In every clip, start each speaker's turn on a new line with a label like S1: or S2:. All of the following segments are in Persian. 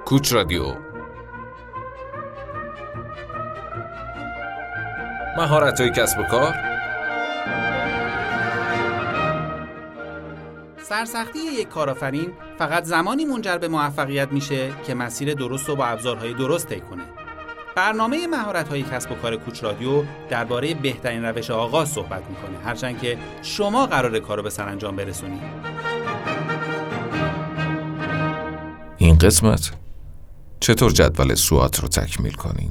S1: کوچ رادیو. مهارت‌های کسب و کار.
S2: سرسختی یک کارآفرین فقط زمانی منجر به موفقیت میشه که مسیر درست و با ابزارهای درست طی کنه. برنامه مهارت‌های کسب و کار کوچ رادیو درباره بهترین روش آغاز صحبت میکنه، هرچند که شما قراره کارو به سرانجام برسونید.
S1: این قسمت چطور جدول سوات رو تکمیل کنیم؟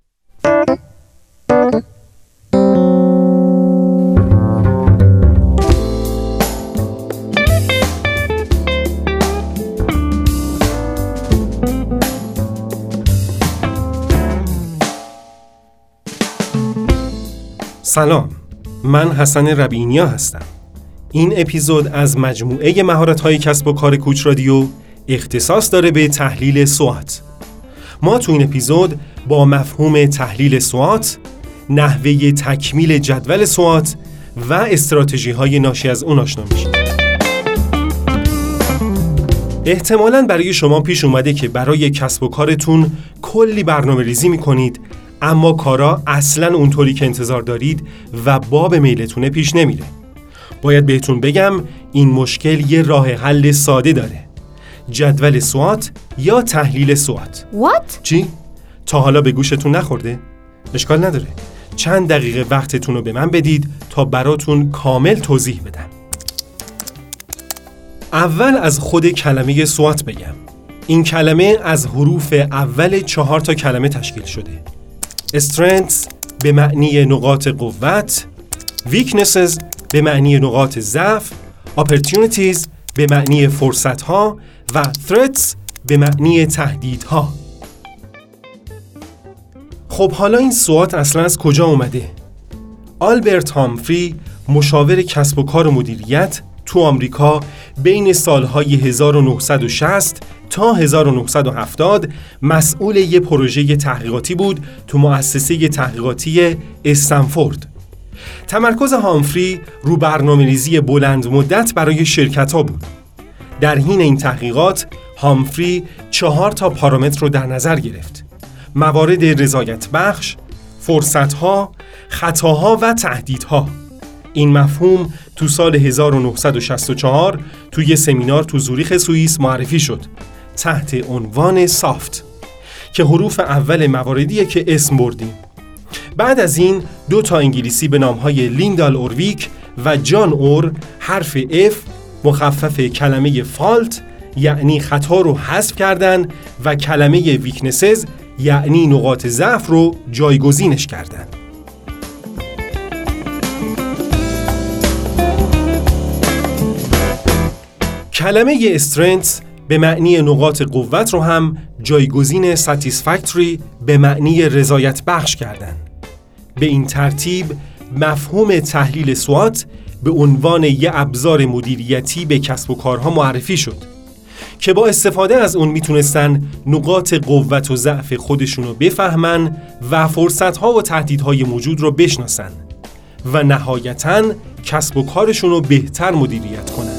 S3: سلام، من حسن ربیع‌نیا هستم. این اپیزود از مجموعه مهارت‌های کسب و کار کوچ رادیو اختصاص داره به تحلیل سوات. ما تو این اپیزود با مفهوم تحلیل سوات، نحوه تکمیل جدول سوات و استراتژی‌های ناشی از اون آشنا میشیم. احتمالاً برای شما پیش اومده که برای کسب و کارتون کلی برنامه‌ریزی می‌کنید، اما کارا اصلاً اونطوری که انتظار دارید و باب میلتونه پیش نمیره. باید بهتون بگم این مشکل یه راه حل ساده داره: جدول سوات یا تحلیل سوات.
S4: What؟
S3: چی؟ تا حالا به گوشتون نخورده؟ اشکال نداره. چند دقیقه وقتتون رو به من بدید تا براتون کامل توضیح بدم. اول از خود کلمه سوات بگم. این کلمه از حروف اول 4 تا کلمه تشکیل شده. Strengths به معنی نقاط قوت، Weaknesses به معنی نقاط ضعف، Opportunities به معنی فرصت‌ها و Threats به معنی تهدیدها. خب حالا این سوات اصلا از کجا اومده؟ آلبرت هامفری، مشاور کسب و کار و مدیریت تو آمریکا بین سالهای 1960 تا 1970 مسئول یه پروژه تحقیقاتی بود تو مؤسسه تحقیقاتی استنفورد. تمرکز هامفری رو برنامه‌ریزی بلند مدت برای شرکت‌ها بود. در حین این تحقیقات هامفری 4 تا پارامتر رو در نظر گرفت: موارد رضایت بخش، فرصت‌ها، خطاها و تهدیدها. این مفهوم تو سال 1964 توی سمینار تو زوریخ سوئیس معرفی شد تحت عنوان سافت که حروف اول مواردیه که اسم بردیم. بعد از این 2 تا انگلیسی به نامهای لیندال اورویک و جان اور حرف F مخفف کلمه فالت یعنی خطا رو حذف کردن و کلمه ویکنسز یعنی نقاط ضعف رو جایگزینش کردن. کلمه استرنتس به معنی نقاط قوت رو هم جایگزین ساتیسفکتوری به معنی رضایت بخش کردن. به این ترتیب مفهوم تحلیل سوات به عنوان یه ابزار مدیریتی به کسب و کارها معرفی شد که با استفاده از اون میتونستن نقاط قوت و ضعف خودشونو بفهمن و فرصت‌ها و تهدیدهای موجود رو بشناسن و نهایتاً کسب و کارشونو بهتر مدیریت کنن.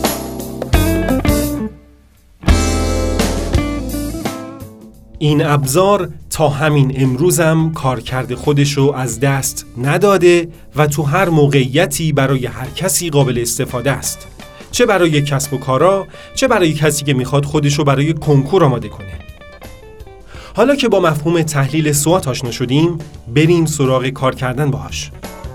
S3: این ابزار تا همین امروزم کارکرد خودشو از دست نداده و تو هر موقعیتی برای هر کسی قابل استفاده است، چه برای کسب و کارا، چه برای کسی که میخواد خودشو برای کنکور آماده کنه. حالا که با مفهوم تحلیل سوات آشنا شدیم، بریم سراغ کار کردن باهاش.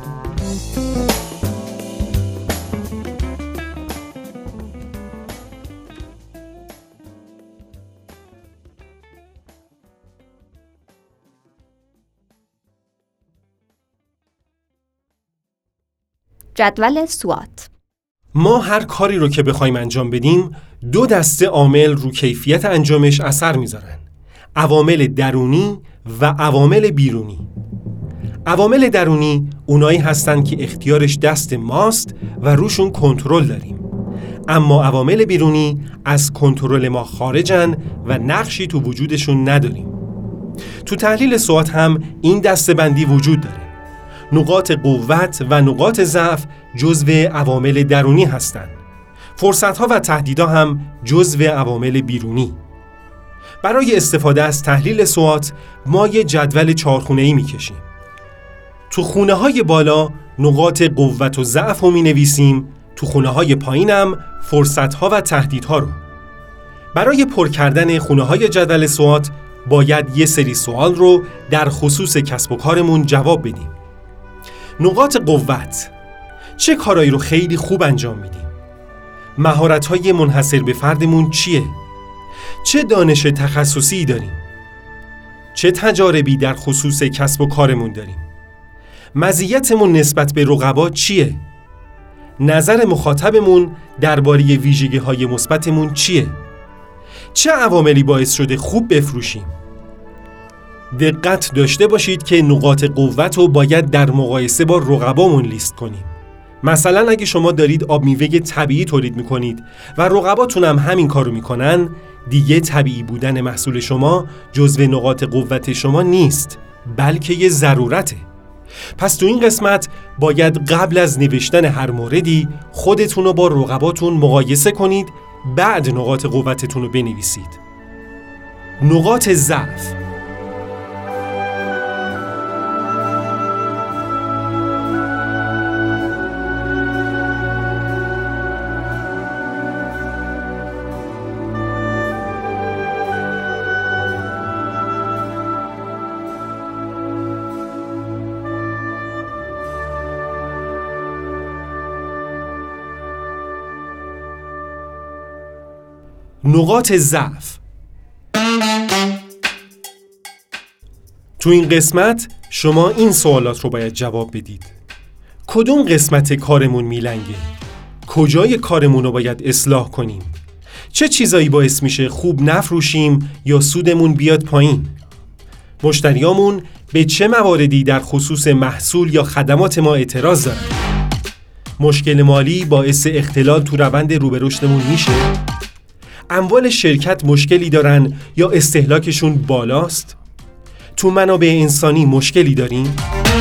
S4: جدول سوات.
S3: ما هر کاری رو که بخوایم انجام بدیم 2 دسته عامل رو کیفیت انجامش اثر میذارن: عوامل درونی و عوامل بیرونی. عوامل درونی اونایی هستن که اختیارش دست ماست و روشون کنترل داریم، اما عوامل بیرونی از کنترل ما خارجن و نقشی تو وجودشون نداریم. تو تحلیل سوات هم این دسته‌بندی وجود داره. نقاط قوت و نقاط ضعف جزو عوامل درونی هستند. فرصت‌ها و تهدیدها هم جزو عوامل بیرونی. برای استفاده از تحلیل سوات ما یه جدول چهارخونه‌ای می‌کشیم. تو خونه‌های بالا نقاط قوت و ضعف رو می‌نویسیم، تو خونه‌های پایینم فرصت‌ها و تهدیدها رو. برای پر کردن خونه‌های جدول سوات باید یه سری سوال رو در خصوص کسب و کارمون جواب بدیم. نقاط قوت: چه کارایی رو خیلی خوب انجام میدیم؟ مهارت‌های منحصر به فردمون چیه؟ چه دانش تخصصی داریم؟ چه تجاربی در خصوص کسب و کارمون داریم؟ مزیتمون نسبت به رقبا چیه؟ نظر مخاطبمون درباره ویژگی‌های مثبتمون چیه؟ چه عواملی باعث شده خوب بفروشیم؟ دقت داشته باشید که نقاط قوت رو باید در مقایسه با رقبامون لیست کنیم. مثلا اگه شما دارید آب میوه طبیعی تولید میکنید و رقباتون هم همین کارو میکنن، دیگه طبیعی بودن محصول شما جزو نقاط قوت شما نیست، بلکه یه ضرورته. پس تو این قسمت باید قبل از نوشتن هر موردی خودتون رو با رقباتون مقایسه کنید، بعد نقاط قوتتون رو بنویسید. نقاط ضعف: نقاط ضعف. تو این قسمت شما این سوالات رو باید جواب بدید. کدوم قسمت کارمون میلنگه؟ کجای کارمون رو باید اصلاح کنیم؟ چه چیزایی باعث میشه خوب نفروشیم یا سودمون بیاد پایین؟ مشتریامون به چه مواردی در خصوص محصول یا خدمات ما اعتراض دارن؟ مشکل مالی باعث اختلال تو روند رو به رشدمون میشه؟ اموال شرکت مشکلی دارن یا استهلاکشون بالاست؟ تو منابع انسانی مشکلی داریم؟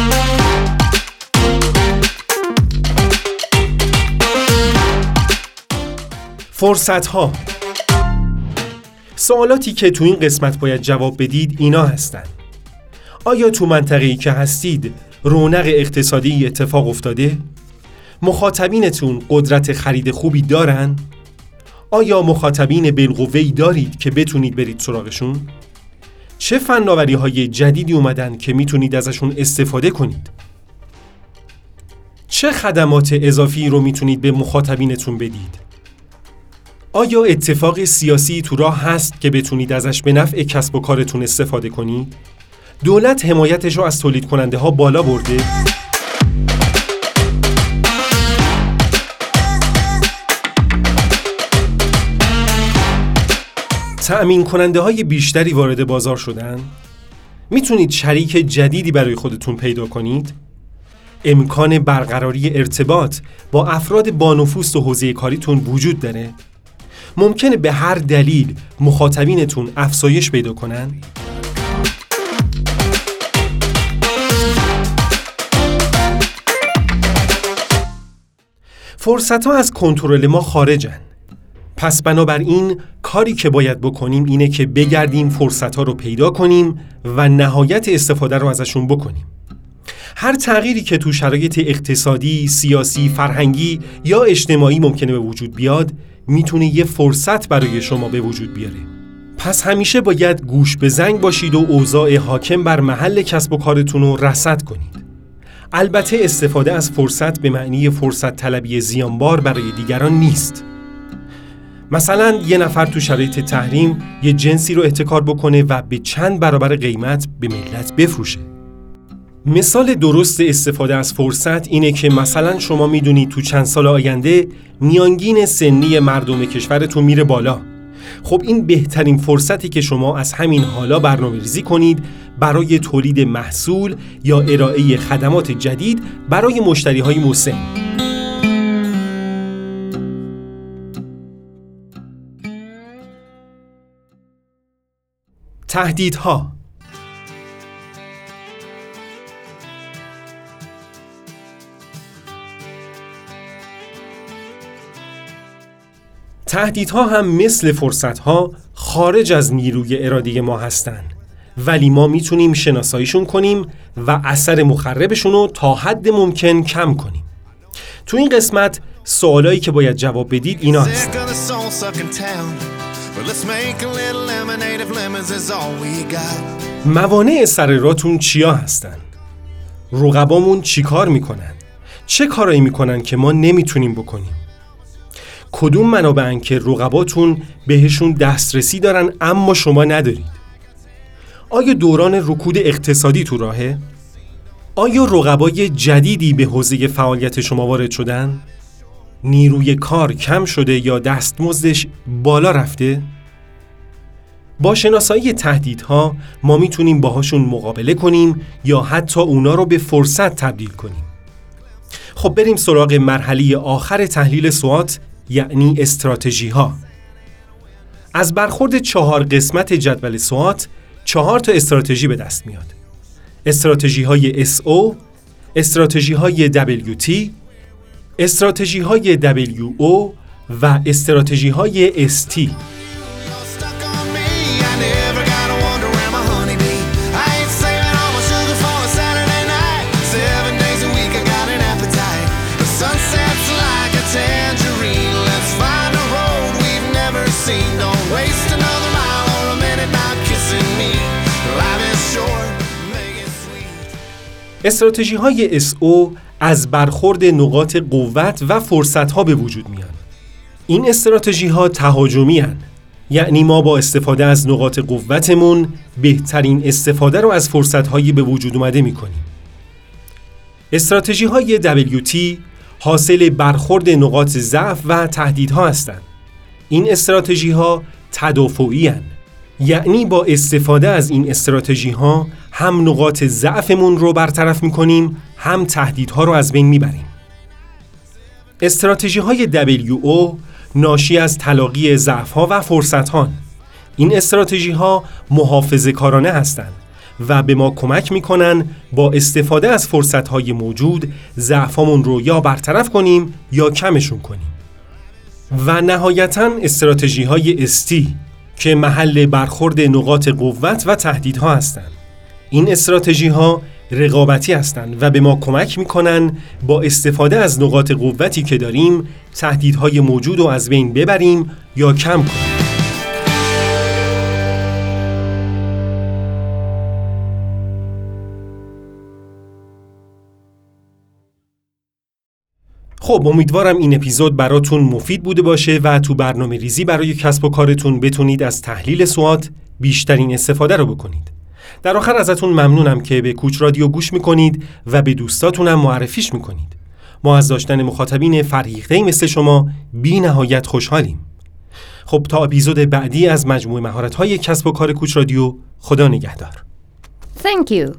S3: فرصت‌ها. سوالاتی که تو این قسمت باید جواب بدید اینا هستن. آیا تو منطقه‌ای که هستید رونق اقتصادی اتفاق افتاده؟ مخاطبینتون قدرت خرید خوبی دارن؟ آیا مخاطبین بالقوه‌ای دارید که بتونید برید سراغشون؟ چه فناوری‌های جدیدی اومدن که میتونید ازشون استفاده کنید؟ چه خدمات اضافی رو میتونید به مخاطبینتون بدید؟ آیا اتفاق سیاسی تو راه هست که بتونید ازش به نفع کسب و کارتون استفاده کنید؟ دولت حمایتش رو از تولید کننده ها بالا برده؟ تأمین کننده های بیشتری وارد بازار شدن؟ میتونید شریک جدیدی برای خودتون پیدا کنید؟ امکان برقراری ارتباط با افراد با نفوذ تو حوزه کاریتون وجود داره؟ ممکنه به هر دلیل مخاطبینتون افزایش پیدا کنن؟ فرصت‌ها از کنترل ما خارجن. پس بنابراین کاری که باید بکنیم اینه که بگردیم فرصت‌ها رو پیدا کنیم و نهایت استفاده رو ازشون بکنیم. هر تغییری که تو شرایط اقتصادی، سیاسی، فرهنگی یا اجتماعی ممکنه به وجود بیاد، میتونه یه فرصت برای شما به وجود بیاره. پس همیشه باید گوش به زنگ باشید و اوضاع حاکم بر محل کسب و کارتون رو رصد کنید. البته استفاده از فرصت به معنی فرصت طلبی زیانبار برای دیگران نیست. مثلا یه نفر تو شرایط تحریم یه جنسی رو احتکار بکنه و به چند برابر قیمت به ملت بفروشه. مثال درست استفاده از فرصت اینه که مثلا شما میدونید تو چند سال آینده میانگین سنی مردم کشورتون میره بالا. خب این بهترین فرصتی که شما از همین حالا برنامه‌ریزی کنید برای تولید محصول یا ارائه خدمات جدید برای مشتری‌های مسن. تهدیدها. تهدیدها هم مثل فرصتها خارج از نیروی ارادی ما هستن، ولی ما میتونیم شناساییشون کنیم و اثر مخربشون رو تا حد ممکن کم کنیم. تو این قسمت سوالایی که باید جواب بدید اینا هست. موانع سر راهتون چیا هستن؟ رقبامون چی کار میکنن؟ چه کارایی میکنن که ما نمیتونیم بکنیم؟ کدوم منابعن که رقباتون بهشون دسترسی دارن اما شما ندارید؟ آیا دوران رکود اقتصادی تو راهه؟ آیا رقبای جدیدی به حوزه فعالیت شما وارد شدن؟ نیروی کار کم شده یا دستمزدش بالا رفته؟ با شناسایی تهدیدها ما میتونیم باهاشون مقابله کنیم یا حتی اونا رو به فرصت تبدیل کنیم. خب بریم سراغ مرحله آخر تحلیل سوات، یعنی استراتژی ها. از برخورد 4 قسمت جدول سوات 4 تا استراتژی به دست میاد. استراتژی های SO، استراتژی های WT، استراتژی های WO و استراتژی های ST. استراتژی های SO از برخورد نقاط قوت و فرصت ها به وجود میان. این استراتژی ها تهاجمی هن. یعنی ما با استفاده از نقاط قوتمون بهترین استفاده رو از فرصت هایی به وجود اومده میکنیم. استراتژی های WT حاصل برخورد نقاط ضعف و تهدیدها هستند. این استراتژی ها تدافعی هن. یعنی با استفاده از این استراتژی ها هم نقاط ضعفمون رو برطرف میکنیم، هم تهدیدها رو از بین میبریم. استراتژی های WO ناشی از تلاقی ضعف ها و فرصت ها. این استراتژی ها محافظه کارانه هستند و به ما کمک میکنن با استفاده از فرصت های موجود ضعفامون رو یا برطرف کنیم یا کمشون کنیم. و نهایتاً استراتژی های ST که محل برخورد نقاط قوت و تهدیدها هستند. این استراتژی ها رقابتی هستند و به ما کمک میکنن با استفاده از نقاط قوتی که داریم تهدیدهای موجود رو از بین ببریم یا کم کنیم. خب امیدوارم این اپیزود براتون مفید بوده باشه و تو برنامه ریزی برای کسب و کارتون بتونید از تحلیل سوات بیشترین استفاده رو بکنید. در آخر ازتون ممنونم که به کوچ رادیو گوش میکنید و به دوستاتونم معرفیش میکنید. ما از داشتن مخاطبین فرهیخته‌ای مثل شما بی نهایت خوشحالیم. خب تا اپیزود بعدی از مجموعه مهارت‌های کسب و کار کوچ رادیو، خدا نگهدار.
S4: Thank you.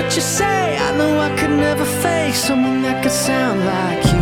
S5: what you say. I know I could never face someone that could sound like you.